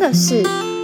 是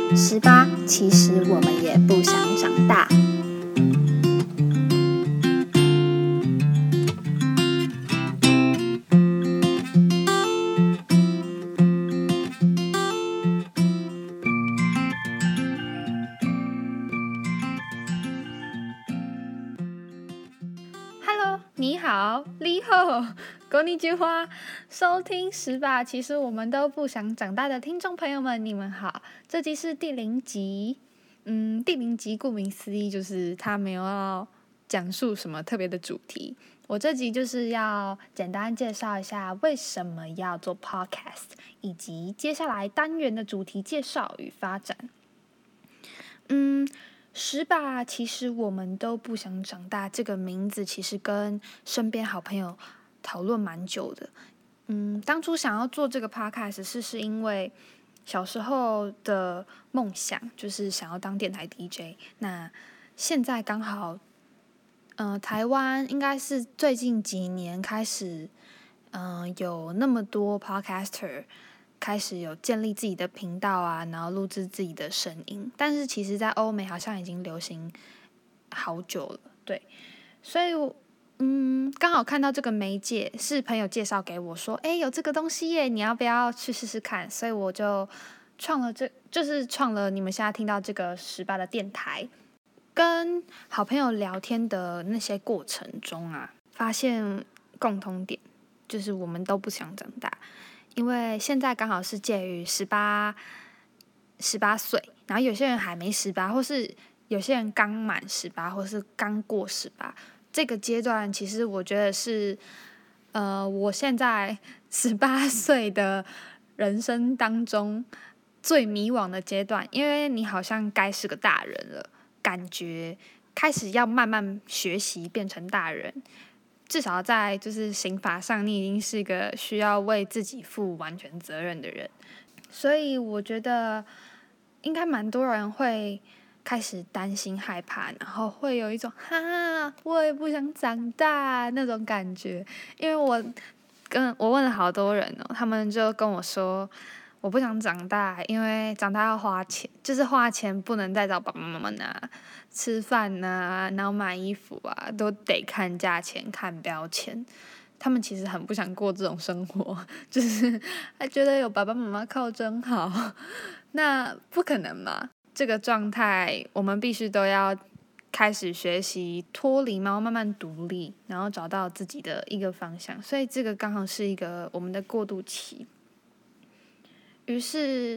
18，其实我们也不想长大。Hello， 你好，你好，こんにちは，收听18，其实我们都不想长大的听众朋友们，你们好，这集是第0集。第0集顾名思义就是它没有要讲述什么特别的主题。我这集就是要简单介绍一下为什么要做 podcast， 以及接下来单元的主题介绍与发展。18，其实我们都不想长大。这个名字其实跟身边好朋友讨论蛮久的。当初想要做这个 podcast 是因为小时候的梦想就是想要当电台 DJ。那现在刚好，台湾应该是最近几年开始，有那么多 podcaster。开始有建立自己的频道啊，然后录制自己的声音，但是其实在欧美好像已经流行好久了，对，所以刚好看到这个媒介是朋友介绍给我说，有这个东西耶，你要不要去试试看？所以我就创了你们现在听到这个18的电台。跟好朋友聊天的那些过程中啊，发现共同点就是我们都不想长大。因为现在刚好是介于18岁，然后有些人还没18，或是有些人刚满18，或是刚过18，这个阶段其实我觉得是，我现在18岁的人生当中最迷惘的阶段，因为你好像该是个大人了，感觉开始要慢慢学习变成大人。至少在就是刑法上，你已经是一个需要为自己负完全责任的人，所以我觉得应该蛮多人会开始担心害怕，然后会有一种我也不想长大那种感觉。因为我问了好多人他们就跟我说，我不想长大，因为长大要花钱，就是花钱不能再找爸爸妈妈拿，吃饭啊，然后买衣服啊，都得看价钱、看标签。他们其实很不想过这种生活，就是还觉得有爸爸妈妈靠真好。那不可能嘛？这个状态，我们必须都要开始学习脱离，然后慢慢独立，然后找到自己的一个方向。所以这个刚好是一个我们的过渡期。于是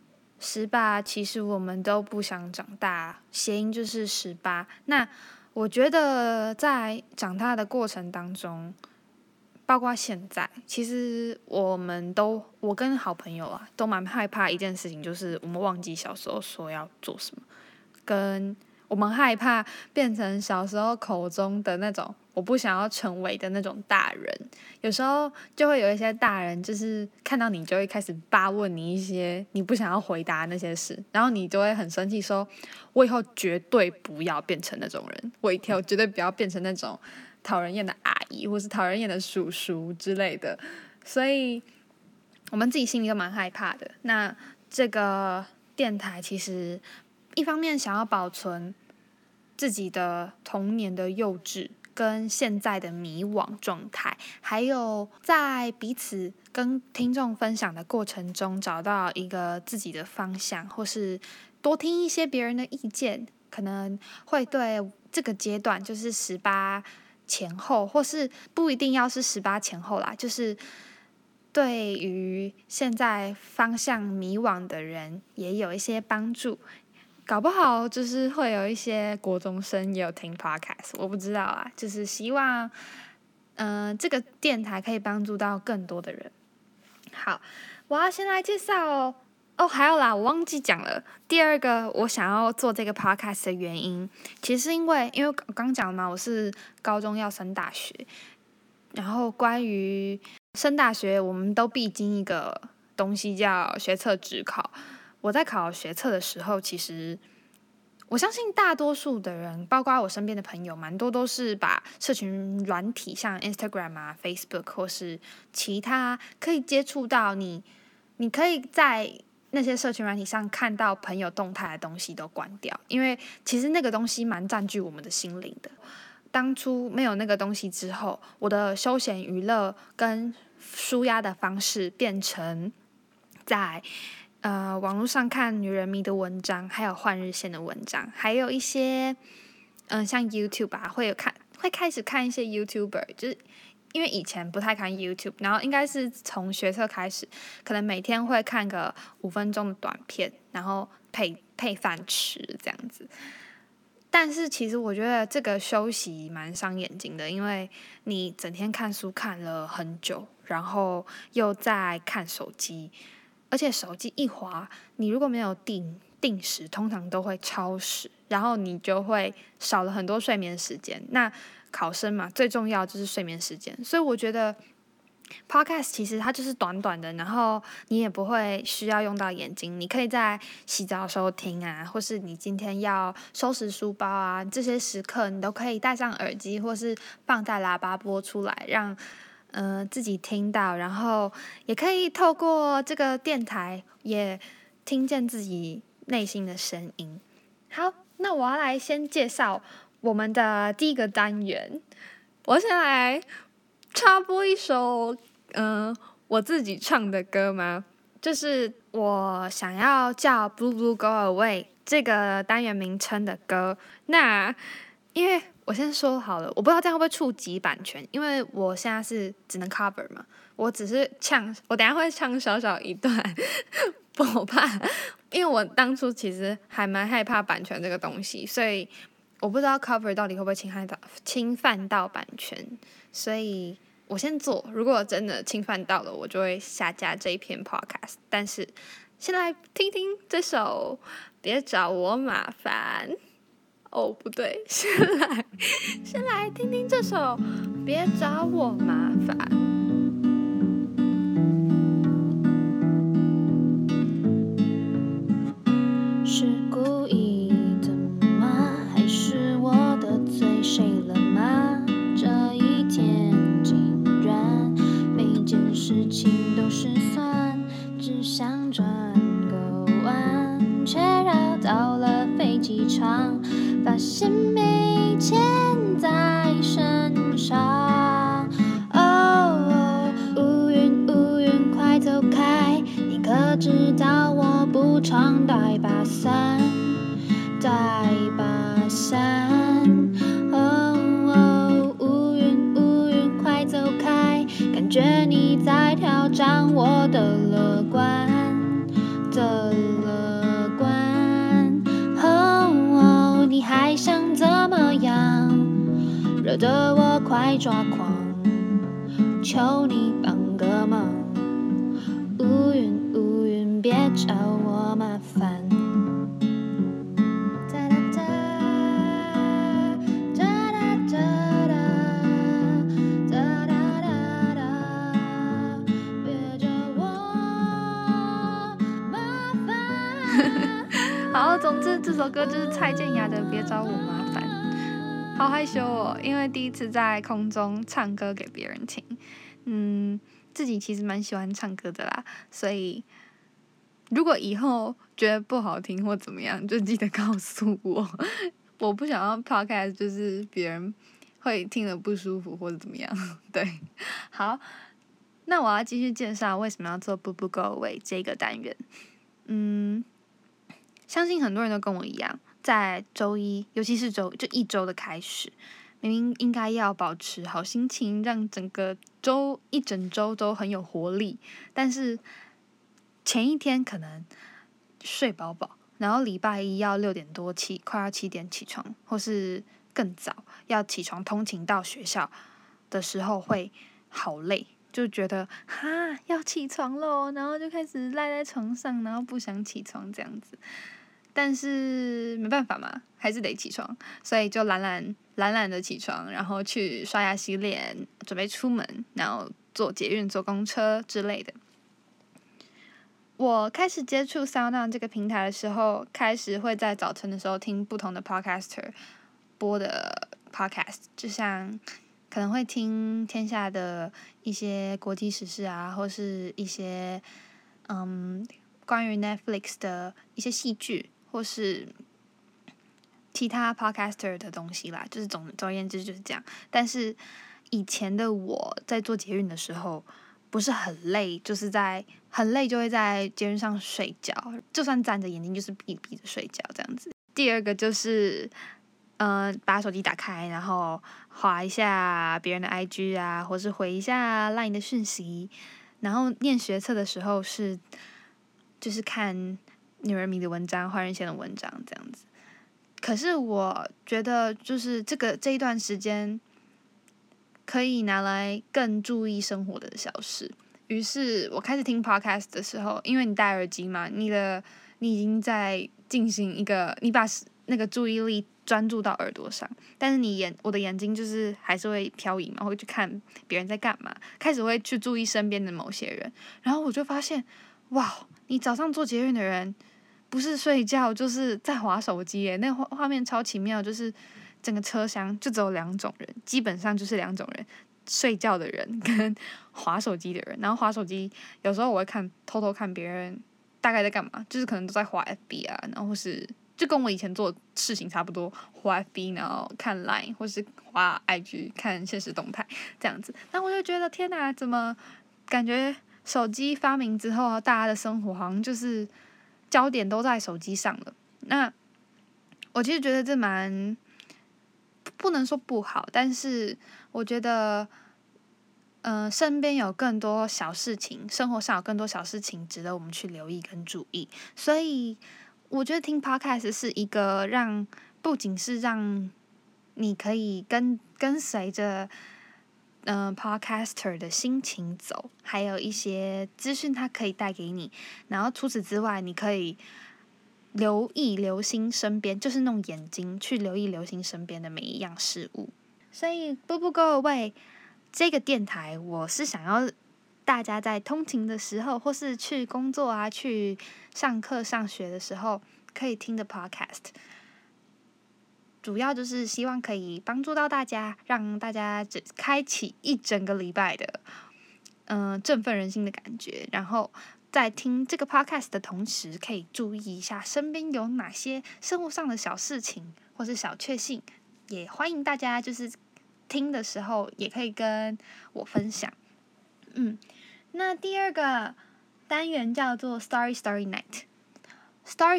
18，其实我们都不想长大，谐音就是18。那我觉得在长大的过程当中，包括现在，其实我跟好朋友啊，都蛮害怕一件事情，就是我们忘记小时候说要做什么，跟我们害怕变成小时候口中的那种我不想要成为的那种大人。有时候就会有一些大人就是看到你就会开始扒问你一些你不想要回答那些事，然后你就会很生气说，我以后绝对不要变成那种人，我以后绝对不要变成那种讨人厌的阿姨或是讨人厌的叔叔之类的。所以我们自己心里都蛮害怕的。那这个电台其实一方面想要保存自己的童年的幼稚跟现在的迷惘状态，还有在彼此跟听众分享的过程中找到一个自己的方向，或是多听一些别人的意见，可能会对这个阶段就是18前后，或是不一定要是18前后啦，就是对于现在方向迷惘的人也有一些帮助。搞不好就是会有一些国中生也有听 podcast， 我不知道啊，就是希望这个电台可以帮助到更多的人。好，我要先来介绍还有啦，我忘记讲了，第二个我想要做这个 podcast 的原因，其实因为我刚讲嘛，我是高中要升大学，然后关于升大学我们都必经一个东西叫学测指考。我在考学测的时候，其实我相信大多数的人，包括我身边的朋友，蛮多都是把社群软体，像 Instagram 啊、Facebook 或是其他可以接触到你可以在那些社群软体上看到朋友动态的东西都关掉，因为其实那个东西蛮占据我们的心灵的。当初没有那个东西之后，我的休闲娱乐跟抒压的方式变成在网络上看女人迷的文章，还有换日线的文章，还有一些像 YouTube 吧，会开始看一些 YouTuber， 就是因为以前不太看 YouTube， 然后应该是从学测开始，可能每天会看个5分钟的短片，然后配饭吃这样子。但是其实我觉得这个休息蛮伤眼睛的，因为你整天看书看了很久，然后又在看手机，而且手机一滑，你如果没有定时，通常都会超时，然后你就会少了很多睡眠时间。那考生嘛，最重要就是睡眠时间，所以我觉得Podcast 其实它就是短短的，然后你也不会需要用到眼睛，你可以在洗澡的时候听啊，或是你今天要收拾书包啊，这些时刻你都可以戴上耳机，或是放在喇叭播出来，让自己听到，然后也可以透过这个电台也听见自己内心的声音。好，那我要来先介绍我们的第一个单元，我先来插播一首我自己唱的歌吗？就是我想要叫 Blue Blue Go Away 这个单元名称的歌。那因为我先说好了，我不知道这样会不会触及版权，因为我现在是只能 cover 嘛，我只是唱，我等一下会唱小小一段，我怕，因为我当初其实还蛮害怕版权这个东西，所以我不知道 cover 到底会不会侵犯到版权，所以我先做，如果真的侵犯到了，我就会下架这一篇 podcast。但是先来听听这首《别找我麻烦》。哦，不对，先来听听这首《别找我麻烦》。 是故意的吗？还是我得罪谁了吗？这一天竟然每件事情都失算，只想转个弯，却绕到了飞机场，发现没钱在身上。乌云乌云快走开，你可知道我不常带把伞，带把伞。乌云乌云快走开，感觉你在挑战我的乐观的乐观。你还想怎么样？惹得我快抓狂，求你帮个忙。乌云乌云别找我麻烦。 好，总之这首歌就是蔡健雅的《别找我麻烦》。好害羞哦，因为第一次在空中唱歌给别人听。自己其实蛮喜欢唱歌的啦，所以如果以后觉得不好听或怎么样，就记得告诉我。我不想要 podcast 就是别人会听得不舒服或者怎么样。对，好，那我要继续介绍为什么要做 Blue Blue Go Away 这个单元。相信很多人都跟我一样，在周一，尤其是就一周的开始，明明应该要保持好心情，让一整周都很有活力，但是前一天可能睡饱饱，然后礼拜一要6点多快要7点起床，或是更早要起床通勤到学校的时候会好累，就觉得要起床咯，然后就开始赖在床上，然后不想起床这样子。但是没办法嘛，还是得起床，所以就懒懒的起床，然后去刷牙洗脸，准备出门，然后坐捷运、坐公车之类的。我开始接触 SoundOn 这个平台的时候，开始会在早晨的时候听不同的 podcaster 播的 podcast， 就像可能会听天下的一些国际时事啊，或是一些关于 Netflix 的一些戏剧，或是其他 podcaster 的东西啦，就是总而言之就是这样。但是以前的我在做捷运的时候，不是很累，就是很累就会在捷运上睡觉，就算站着眼睛就是闭着睡觉这样子。第二个就是把手机打开，然后滑一下别人的 IG 啊，或是回一下 LINE 的讯息。然后念学测的时候就是看女人迷的文章、换人线的文章这样子。可是我觉得就是这一段时间可以拿来更注意生活的小事。于是我开始听 podcast 的时候，因为你戴耳机嘛，你已经在进行你把那个注意力专注到耳朵上，但是我的眼睛就是还是会漂移嘛，会去看别人在干嘛，开始会去注意身边的某些人，然后我就发现，哇，你早上做捷运的人不是睡觉就是在滑手机耶，那个画面超奇妙，就是整个车厢就只有2种人，基本上就是2种人。睡觉的人跟滑手机的人，然后滑手机有时候我会偷偷看别人大概在干嘛，就是可能都在滑 FB 啊，然后或是就跟我以前做的事情差不多，滑 FB 然后看 LINE 或是滑 IG 看现实动态这样子。那我就觉得天哪，怎么感觉手机发明之后，大家的生活好像就是焦点都在手机上了。那我其实觉得这不能说不好，但是我觉得，身边有更多小事情，生活上有更多小事情值得我们去留意跟注意。所以我觉得听 podcast 是一个不仅是让你可以跟随着podcaster 的心情走，还有一些资讯它可以带给你。然后除此之外，你可以留心身边，就是用眼睛去留心身边的每一样事物。所以步步 go away 这个电台，我是想要大家在通勤的时候，或是去工作啊、去上课上学的时候可以听的 podcast。主要就是希望可以帮助到大家，让大家开启一整个礼拜的振奋人心的感觉，然后在听这个 podcast 的同时，可以注意一下身边有哪些生活上的小事情或是小确幸，也欢迎大家就是听的时候也可以跟我分享。那第二个单元叫做 Story Night。Story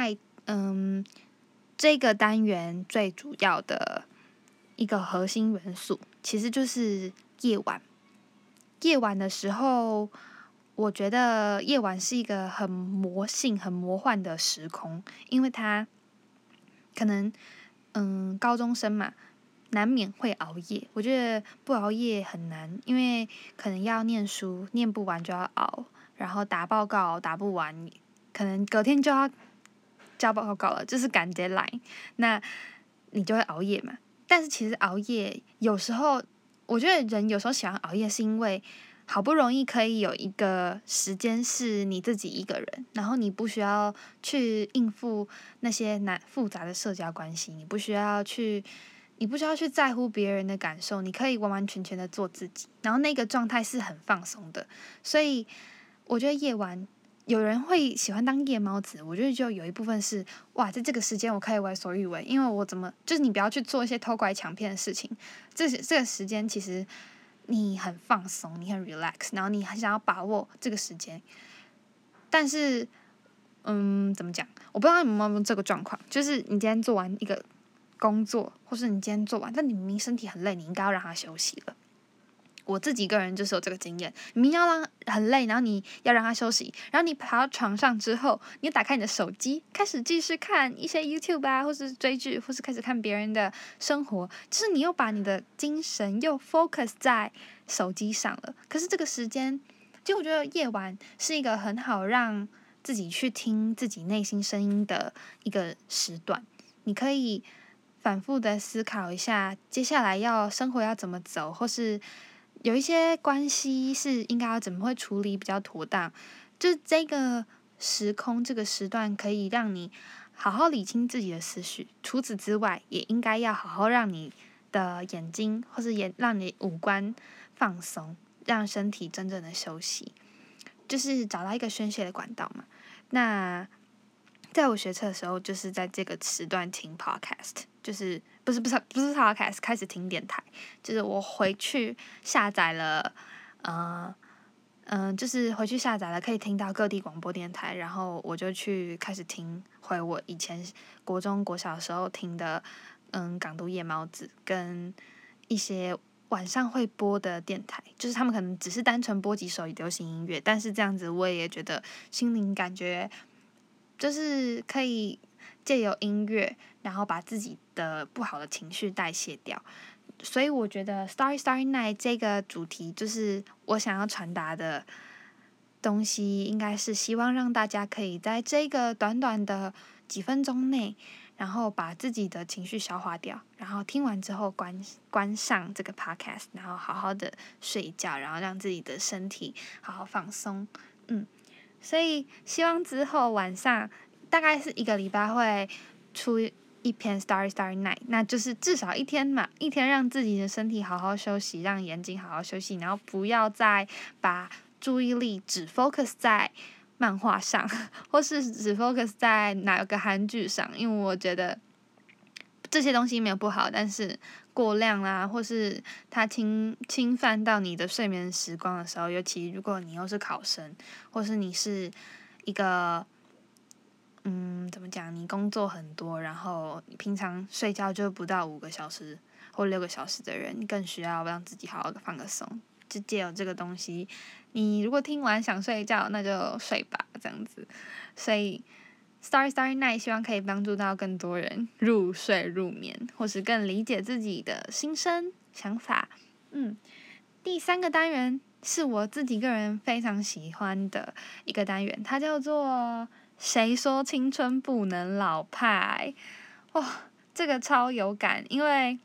Night，这个单元最主要的一个核心元素，其实就是夜晚。夜晚的时候，我觉得夜晚是一个很魔性、很魔幻的时空，因为它可能高中生嘛，难免会熬夜。我觉得不熬夜很难，因为可能要念书，念不完就要熬，然后打报告打不完，可能隔天就要交报告了，就是赶 deadline， 那你就会熬夜嘛。但是其实熬夜有时候，我觉得人有时候喜欢熬夜，是因为好不容易可以有一个时间是你自己一个人，然后你不需要去应付那些复杂的社交关系，你不需要去在乎别人的感受，你可以完完全全的做自己，然后那个状态是很放松的。所以我觉得夜晚有人会喜欢当夜猫子，我觉得就有一部分是哇，在这个时间我可以为所欲为，因为我就是你不要去做一些偷拐抢骗的事情，这个时间其实你很放松，你很 relax， 然后你很想要把握这个时间。但是怎么讲，我不知道你有没有这个状况，就是你今天做完一个工作，或是你今天做完，但你明明身体很累，你应该要让他休息了。我自己一个人就是有这个经验，你明明要很累，然后你要让他休息，然后你爬到床上之后，你打开你的手机，开始继续看一些 YouTube 啊，或是追剧，或是开始看别人的生活，就是你又把你的精神又 focus 在手机上了。可是这个时间，就我觉得夜晚是一个很好让自己去听自己内心声音的一个时段，你可以反复的思考一下，接下来生活要怎么走，或是有一些关系是应该要怎么会处理比较妥当，就是这个时空这个时段可以让你好好理清自己的思绪。除此之外，也应该要好好让你的眼睛或是让你五官放松，让身体真正的休息，就是找到一个宣泄的管道嘛。 那在我学车的时候，就是在这个时段听 podcast， 就是不是 podcast， 开始听电台，就是我回去下载了，就是回去下载了可以听到各地广播电台，然后我就去开始听回我以前国中国小的时候听的，港都夜猫子跟一些晚上会播的电台，就是他们可能只是单纯播几首流行音乐，但是这样子我也觉得心灵感觉就是可以借由音乐，然后把自己的不好的情绪代谢掉。所以我觉得 Starry Starry Night 这个主题，就是我想要传达的东西，应该是希望让大家可以在这个短短的几分钟内，然后把自己的情绪消化掉，然后听完之后关上这个 podcast， 然后好好的睡觉，然后让自己的身体好好放松。所以希望之后晚上大概是1个礼拜会出一篇 Starry Starry Night， 那就是至少一天嘛，一天让自己的身体好好休息，让眼睛好好休息，然后不要再把注意力只 focus 在漫画上，或是只 focus 在哪个韩剧上，因为我觉得这些东西没有不好，但是过量啦，或是它侵犯到你的睡眠时光的时候，尤其如果你又是考生，或是你是一个怎么讲，你工作很多，然后你平常睡觉就不到5个小时或6个小时的人，你更需要让自己好好的放个松。就借由这个东西，你如果听完想睡觉，那就睡吧，这样子。所以 Starry Starry Night 希望可以帮助到更多人入睡入眠，或是更理解自己的心声想法。第3个单元是我自己个人非常喜欢的一个单元，它叫做谁说青春不能老派？哇，这个超有感，因为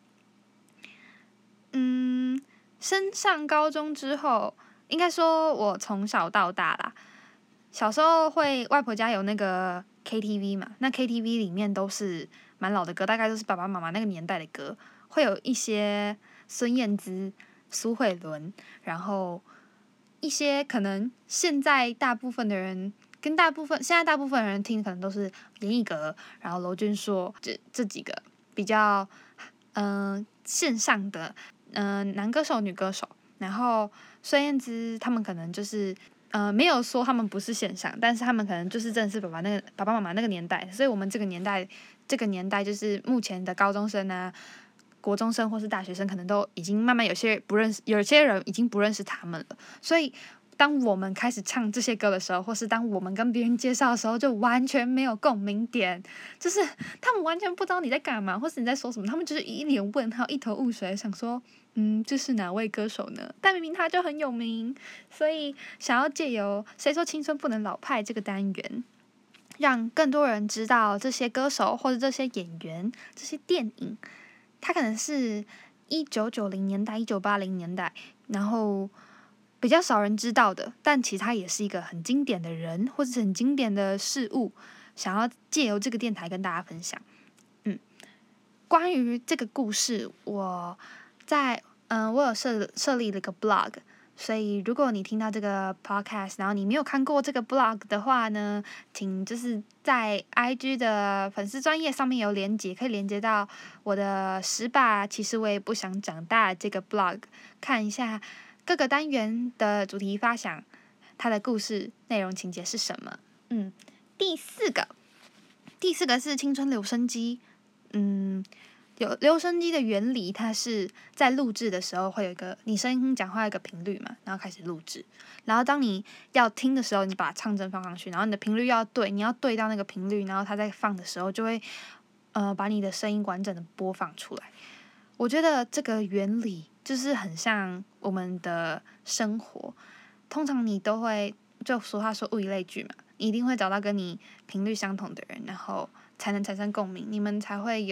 升上高中之后，应该说我从小到大啦，小时候外婆家有那个 KTV 嘛，那 KTV 里面都是蛮老的歌，大概都是爸爸妈妈那个年代的歌，会有一些孙燕姿、苏慧伦，然后一些可能现在大部分人听可能都是严艺格，然后娄俊硕这几个比较线上的男歌手、女歌手，然后孙燕姿他们可能就是没有说他们不是线上，但是他们可能就是真的是爸爸妈妈那个年代，所以我们这个年代就是目前的高中生啊、国中生或是大学生，可能都已经慢慢有些人已经不认识他们了，所以当我们开始唱这些歌的时候，或是当我们跟别人介绍的时候，就完全没有共鸣点，就是他们完全不知道你在干嘛，或是你在说什么，他们就是一脸问号、一头雾水，想说这是哪位歌手呢？但明明他就很有名，所以想要借由谁说青春不能老派这个单元，让更多人知道这些歌手或者这些演员、这些电影，它可能是1990年代、1980年代，然后比较少人知道的，但其实他也是一个很经典的人，或者是很经典的事物，想要借由这个电台跟大家分享。关于这个故事，我有设立了一个 blog， 所以如果你听到这个 podcast， 然后你没有看过这个 blog 的话呢，请就是在 IG 的粉丝专页上面有连结，可以连接到我的10把其实我也不想长大这个 blog， 看一下各个单元的主题发想，它的故事内容情节是什么？第四个是青春留声机。有留声机的原理，它是在录制的时候会有一个你声音讲话有一个频率嘛，然后开始录制，然后当你要听的时候，你把唱针放上去，然后你的频率要对，你要对到那个频率，然后它在放的时候就会把你的声音完整的播放出来。我觉得这个原理就是很像我们的生活，通常你都会就俗话说物以类聚嘛，你一定会找到跟你频率相同的人，然后才能产生共鸣，你们才会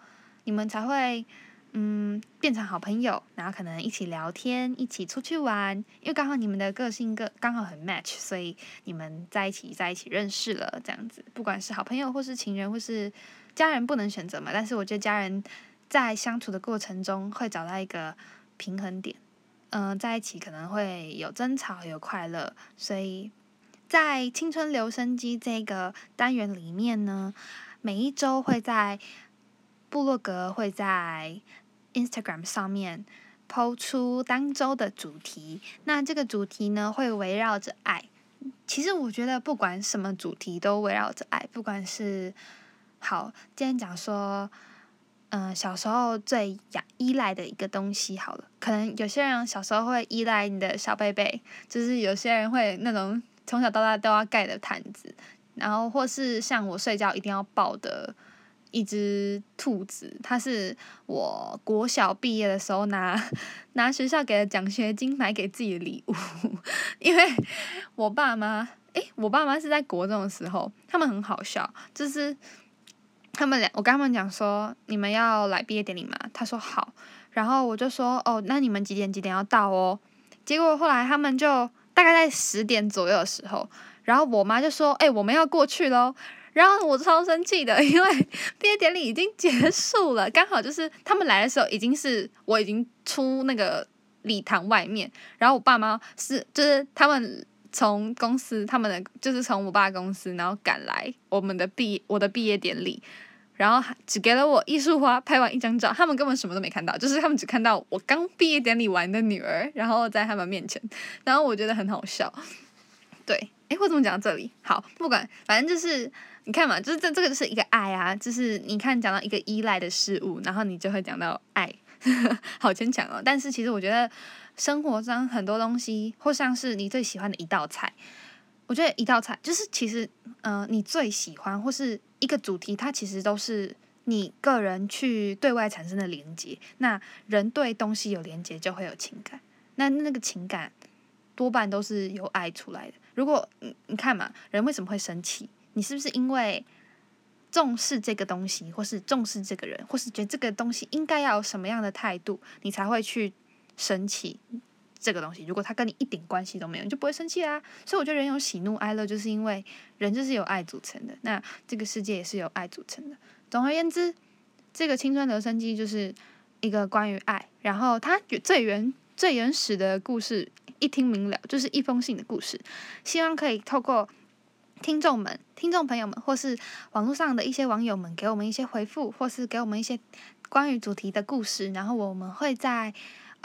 变成好朋友，然后可能一起聊天，一起出去玩，因为刚好你们的个性刚好很 match， 所以你们在一起认识了，这样子，不管是好朋友或是情人或是家人不能选择嘛，但是我觉得家人在相处的过程中会找到一个平衡点，在一起可能会有争吵有快乐，所以在青春留声机这个单元里面呢，每一周会在部落格会在 Instagram 上面抛出当周的主题，那这个主题呢会围绕着爱。其实我觉得不管什么主题都围绕着爱，不管是今天讲说小时候最依赖的一个东西好了，可能有些人小时候会依赖你的小被被，就是有些人会那种从小到大都要盖的毯子，然后或是像我睡觉一定要抱的一只兔子，它是我国小毕业的时候拿学校给的奖学金买给自己的礼物，因为我爸妈是在国中的时候，他们很好笑，就是我跟他们讲说你们要来毕业典礼吗？他说好，然后我就说那你们几点要到哦？结果后来他们就大概在10点左右的时候，然后我妈就说我们要过去咯。然后我超生气的，因为毕业典礼已经结束了，刚好就是他们来的时候我已经出那个礼堂外面，然后我爸妈就是他们从公司就是从我爸公司然后赶来我的毕业典礼，然后只给了我艺术花，拍完一张照，他们根本什么都没看到，就是他们只看到我刚毕业典礼完的女儿，然后在他们面前，然后我觉得很好笑。对，我怎么讲到这里？好，不管，反正就是你看嘛，就是这个就是一个爱啊，就是你看讲到一个依赖的事物，然后你就会讲到爱，好牵强哦。但是其实我觉得生活中很多东西，或像是你最喜欢的一道菜，我觉得一道菜就是其实你最喜欢或是一个主题，它其实都是你个人去对外产生的连结。那人对东西有连结，就会有情感，那个情感多半都是由爱出来的。如果你看嘛，人为什么会生气？你是不是因为重视这个东西，或是重视这个人，或是觉得这个东西应该要有什么样的态度，你才会去生气这个东西？如果它跟你一点关系都没有，你就不会生气啦。所以我觉得人有喜怒哀乐，就是因为人就是由爱组成的，那这个世界也是由爱组成的。总而言之，这个青春留声机就是一个关于爱，然后它最原始的故事一听明了，就是一封信的故事。希望可以透过听众朋友们，或是网络上的一些网友们给我们一些回复，或是给我们一些关于主题的故事，然后我们会在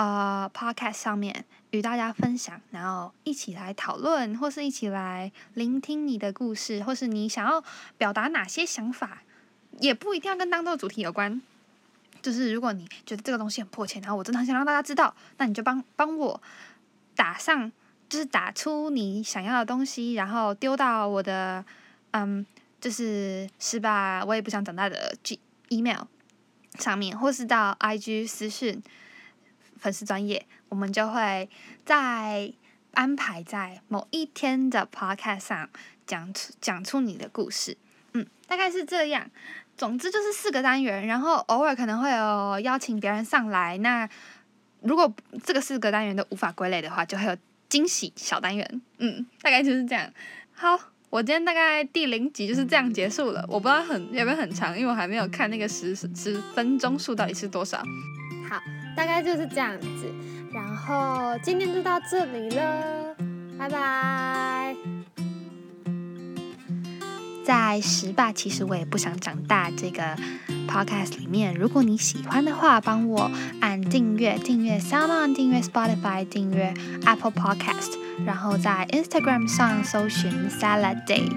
podcast 上面与大家分享，然后一起来讨论，或是一起来聆听你的故事，或是你想要表达哪些想法，也不一定要跟当周的主题有关。就是如果你觉得这个东西很迫切，然后我真的很想让大家知道，那你就帮我就是打出你想要的东西，然后丢到我的就是18我也不想长大的 email 上面，或是到 IG 私讯粉丝专页，我们就会再安排在某一天的 podcast 上讲出你的故事。大概是这样。总之就是4个单元，然后偶尔可能会有邀请别人上来。那如果这个4个单元都无法归类的话，就会有惊喜小单元。大概就是这样。好，我今天大概第0集就是这样结束了。我不知道有没有很长，因为我还没有看那个10分钟数到底是多少。 好，大概就是这样子。然后今天就到这里了，拜拜。 在18其实我也不想长大这个 podcast 里面，如果你喜欢的话，帮我按订阅 SoundOn， 订阅 Spotify， 订阅 Apple Podcast， 然后在 Instagram 上搜寻 Saladday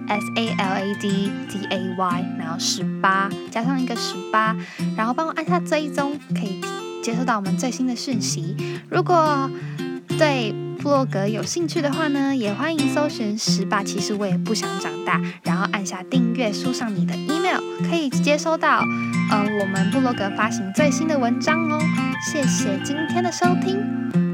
SALADDAY， 然后18加上一个18，然后帮我按下追踪，可以接收到我们最新的讯息。如果对部落格有兴趣的话呢，也欢迎搜寻18其实我也不想长大，然后按下订阅，输上你的 email， 可以接收到我们部落格发行最新的文章哦。谢谢今天的收听。